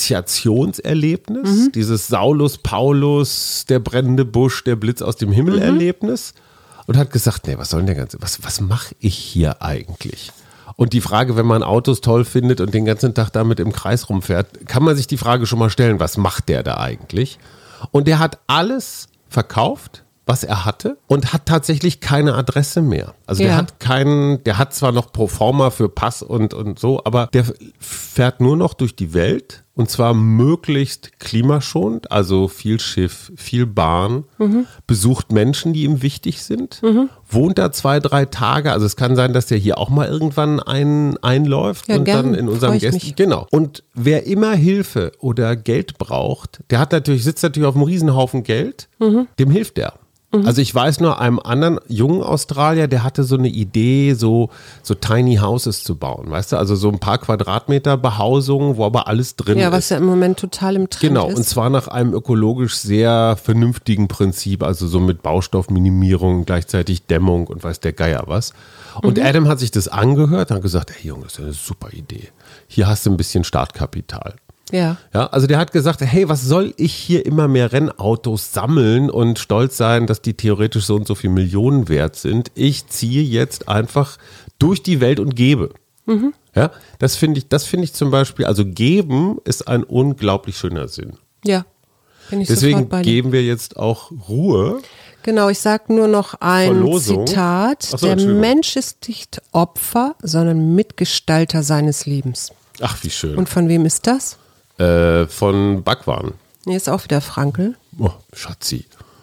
Initiationserlebnis, mhm. dieses Saulus, Paulus, der brennende Busch, der Blitz aus dem Himmel mhm. Erlebnis und hat gesagt, nee, was soll denn der ganze, was, was mache ich hier eigentlich? Und die Frage, wenn man Autos toll findet und den ganzen Tag damit im Kreis rumfährt, kann man sich die Frage schon mal stellen, was macht der da eigentlich? Und der hat alles verkauft, was er hatte und hat tatsächlich keine Adresse mehr. Also der Ja. hat keinen, der hat zwar noch Proforma für Pass und, und so, aber der fährt nur noch durch die Welt und zwar möglichst klimaschonend, also viel Schiff, viel Bahn, mhm. besucht Menschen, die ihm wichtig sind, mhm. wohnt da zwei, drei Tage. Also es kann sein, dass der hier auch mal irgendwann ein, einläuft ja, und gern. dann in unserem Gästen. Genau. Und wer immer Hilfe oder Geld braucht, der hat natürlich, sitzt natürlich auf einem Riesenhaufen Geld, mhm. dem hilft der. Mhm. Also ich weiß nur, einem anderen jungen Australier, der hatte so eine Idee, so, so Tiny Houses zu bauen, weißt du, also so ein paar Quadratmeter Behausung, wo aber alles drin ja, ist. Ja, was ja im Moment total im Trend genau, ist. Genau, und zwar nach einem ökologisch sehr vernünftigen Prinzip, also so mit Baustoffminimierung, gleichzeitig Dämmung und weiß der Geier was. Und mhm. Adam hat sich das angehört und hat gesagt, hey Junge, das ist eine super Idee. Hier hast du ein bisschen Startkapital. Ja. Ja, also der hat gesagt, hey, was soll ich hier immer mehr Rennautos sammeln und stolz sein, dass die theoretisch so und so viel Millionen wert sind. Ich ziehe jetzt einfach durch die Welt und gebe. Mhm. Ja, das finde ich, das finde ich zum Beispiel, also geben ist ein unglaublich schöner Sinn. Ja, bin ich Deswegen sofort bei dir. Geben wir jetzt auch Ruhe. Genau, ich sage nur noch ein Verlosung. Zitat. Ach so, der Mensch ist nicht Opfer, sondern Mitgestalter seines Lebens. Ach, wie schön. Und von wem ist das? Äh, von Bhagwan. Nee, ist auch wieder Frankl. Oh, Schatzi.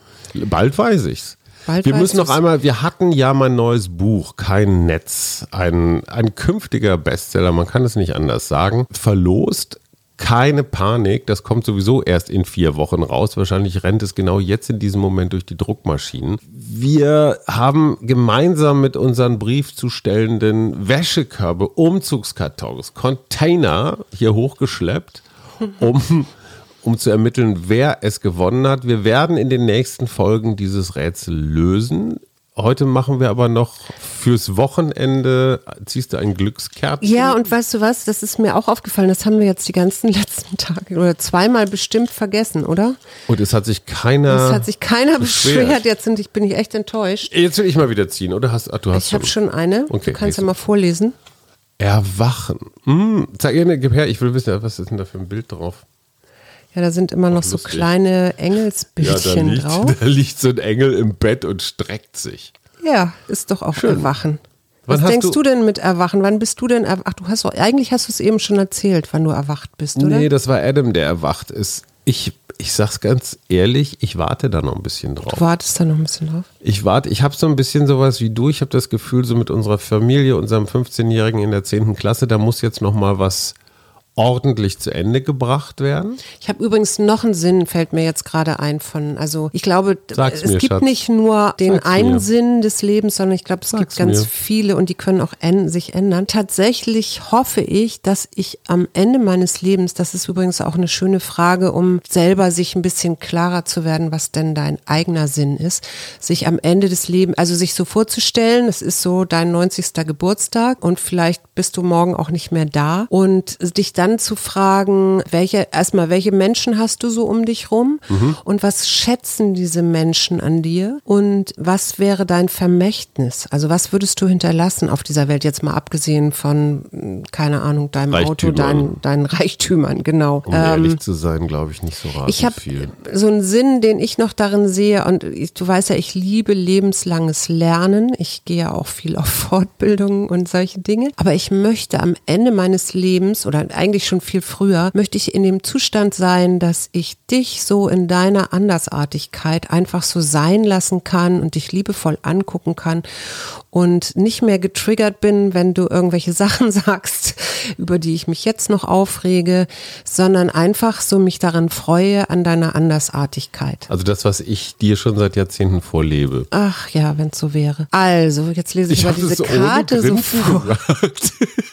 Bald weiß ich's. Bald wir weiß müssen noch du's. einmal, wir hatten ja mein neues Buch, Kein Netz, ein, ein künftiger Bestseller, man kann es nicht anders sagen, verlost. Keine Panik, das kommt sowieso erst in vier Wochen raus. Wahrscheinlich rennt es genau jetzt in diesem Moment durch die Druckmaschinen. Wir haben gemeinsam mit unseren briefzustellenden Wäschekörbe, Umzugskartons, Container hier hochgeschleppt, um, um zu ermitteln, wer es gewonnen hat. Wir werden in den nächsten Folgen dieses Rätsel lösen. Heute machen wir aber noch fürs Wochenende, ziehst du ein Glückskärtchen? Ja, und weißt du was, das ist mir auch aufgefallen, das haben wir jetzt die ganzen letzten Tage oder zweimal bestimmt vergessen, oder? Und es hat sich keiner Es hat sich keiner beschwert, beschwert. Jetzt sind, ich, bin ich echt enttäuscht. Jetzt will ich mal wieder ziehen, oder? Hast, ach, du hast Ich habe schon eine, Okay, du kannst ja nächste. mal vorlesen. Erwachen. Hm, zeig ihr, gib her, ich will wissen, was ist denn da für ein Bild drauf? Ja, da sind immer noch so lustig. kleine Engelsbildchen ja, da liegt, drauf. da liegt so ein Engel im Bett und streckt sich. Ja, ist doch auch Schön. Erwachen. Wann Was hast denkst du- du denn mit Erwachen? Wann bist du denn erwacht? Du hast doch, eigentlich hast du es eben schon erzählt, wann du erwacht bist, oder? Nee, das war Adam, der erwacht ist. Ich, ich sag's ganz ehrlich, ich warte da noch ein bisschen drauf. Du wartest da noch ein bisschen drauf. Ich warte, ich habe so ein bisschen sowas wie du. Ich habe das Gefühl, so mit unserer Familie, unserem fünfzehnjährigen in der zehnten Klasse, da muss jetzt noch mal was ordentlich zu Ende gebracht werden. Ich habe übrigens noch einen Sinn, fällt mir jetzt gerade ein von, also ich glaube, Sag's es mir, gibt Schatz. nicht nur den Sag's einen mir. Sinn des Lebens, sondern ich glaube, es gibt Sag's ganz mir. viele und die können auch en- sich ändern. Tatsächlich hoffe ich, dass ich am Ende meines Lebens, das ist übrigens auch eine schöne Frage, um selber sich ein bisschen klarer zu werden, was denn dein eigener Sinn ist, sich am Ende des Lebens, also sich so vorzustellen, es ist so dein neunzigster Geburtstag und vielleicht bist du morgen auch nicht mehr da und dich dann zu fragen, welche, erstmal, welche Menschen hast du so um dich rum mhm. und was schätzen diese Menschen an dir und was wäre dein Vermächtnis? Also was würdest du hinterlassen auf dieser Welt, jetzt mal abgesehen von, keine Ahnung, deinem Auto, Reichtümern. dein, deinen Reichtümern, genau. Um ehrlich zu sein, glaube ich nicht so rasend Ich habe viel. so einen Sinn, den ich noch darin sehe und ich, du weißt ja, ich liebe lebenslanges Lernen. Ich gehe ja auch viel auf Fortbildungen und solche Dinge. Aber ich möchte am Ende meines Lebens oder eigentlich schon viel früher, möchte ich in dem Zustand sein, dass ich dich so in deiner Andersartigkeit einfach so sein lassen kann und dich liebevoll angucken kann und nicht mehr getriggert bin, wenn du irgendwelche Sachen sagst, über die ich mich jetzt noch aufrege, sondern einfach so mich daran freue an deiner Andersartigkeit. Also das, was ich dir schon seit Jahrzehnten vorlebe. Ach ja, wenn es so wäre. Also, jetzt lese ich, Ich mal habe diese es ohne Karte so Grinsen vor. gesagt.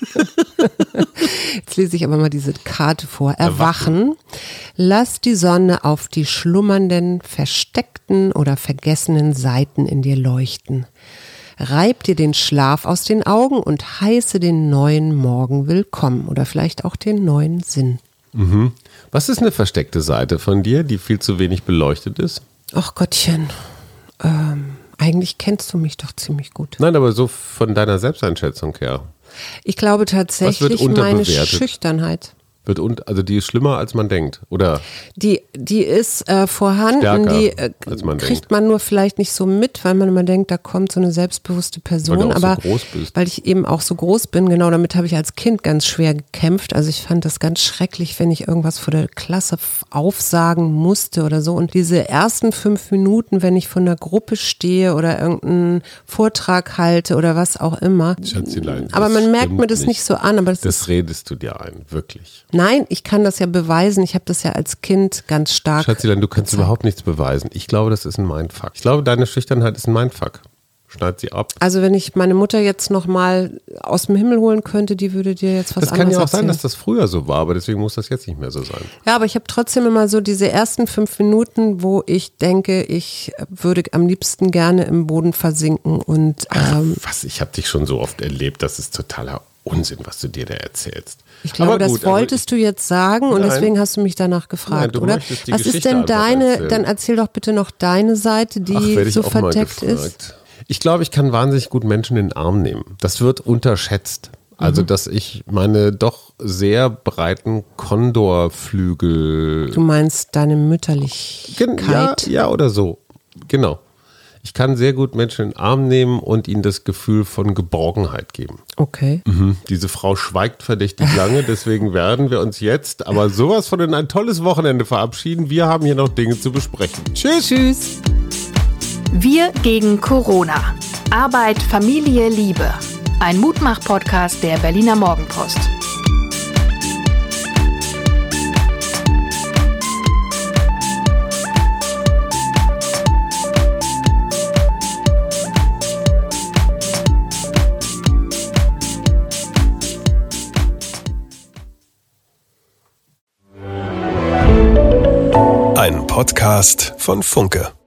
Jetzt lese ich aber mal diese Karte vor. Erwachen. Lass die Sonne auf die schlummernden, versteckten oder vergessenen Seiten in dir leuchten. Reib dir den Schlaf aus den Augen und heiße den neuen Morgen willkommen oder vielleicht auch den neuen Sinn. Mhm. Was ist eine versteckte Seite von dir, die viel zu wenig beleuchtet ist? Ach Gottchen, ähm, eigentlich kennst du mich doch ziemlich gut. Nein, aber so von deiner Selbsteinschätzung her. Ich glaube tatsächlich meine unterbewertet? Schüchternheit. Wird und, also die ist schlimmer, als man denkt, oder? Die, die ist äh, vorhanden, Stärker, die äh, als man kriegt denkt. man nur vielleicht nicht so mit, weil man immer denkt, da kommt so eine selbstbewusste Person. Weil du auch so aber groß bist. weil ich eben auch so groß bin, genau, damit habe ich als Kind ganz schwer gekämpft. Also ich fand das ganz schrecklich, wenn ich irgendwas vor der Klasse f- aufsagen musste oder so. Und diese ersten fünf Minuten, wenn ich von der Gruppe stehe oder irgendeinen Vortrag halte oder was auch immer. Schatzilein, aber das man merkt stimmt mir das nicht so an. Aber das, Das ist, redest du dir ein, wirklich. nein, ich kann das ja beweisen. Ich habe das ja als Kind ganz stark. Schatzilein, du kannst gezeigt. überhaupt nichts beweisen. Ich glaube, das ist ein Mindfuck. Ich glaube, deine Schüchternheit ist ein Mindfuck. Schneid sie ab. Also wenn ich meine Mutter jetzt nochmal aus dem Himmel holen könnte, die würde dir jetzt was Das kann anderes ja auch erzählen. sein, dass das früher so war, aber deswegen muss das jetzt nicht mehr so sein. Ja, aber ich habe trotzdem immer so diese ersten fünf Minuten, wo ich denke, ich würde am liebsten gerne im Boden versinken und ähm, Was, ich habe dich schon so oft erlebt, das ist totaler Unsinn, was du dir da erzählst. ich glaube, Aber das gut, aber wolltest du jetzt sagen und Nein. deswegen hast du mich danach Nein, gefragt, du oder? möchtest die Was ist Geschichte denn einfach deine, erzählen. dann erzähl doch bitte noch deine Seite, die Ach, werde ich so auch mal verdeckt ist. gefragt. Ich glaube, ich kann wahnsinnig gut Menschen in den Arm nehmen. Das wird unterschätzt. Also, dass ich meine doch sehr breiten Kondorflügel. Du meinst deine Gen- Mütterlichkeit? Ja, ja, oder so. Genau. Ich kann sehr gut Menschen in den Arm nehmen und ihnen das Gefühl von Geborgenheit geben. Okay. Mhm. Diese Frau schweigt verdächtig lange, deswegen werden wir uns jetzt aber sowas von in ein tolles Wochenende verabschieden. Wir haben hier noch Dinge zu besprechen. Tschüss. Tschüss. Wir gegen Corona. Arbeit, Familie, Liebe. Ein Mutmach-Podcast der Berliner Morgenpost. Ein Podcast von Funke.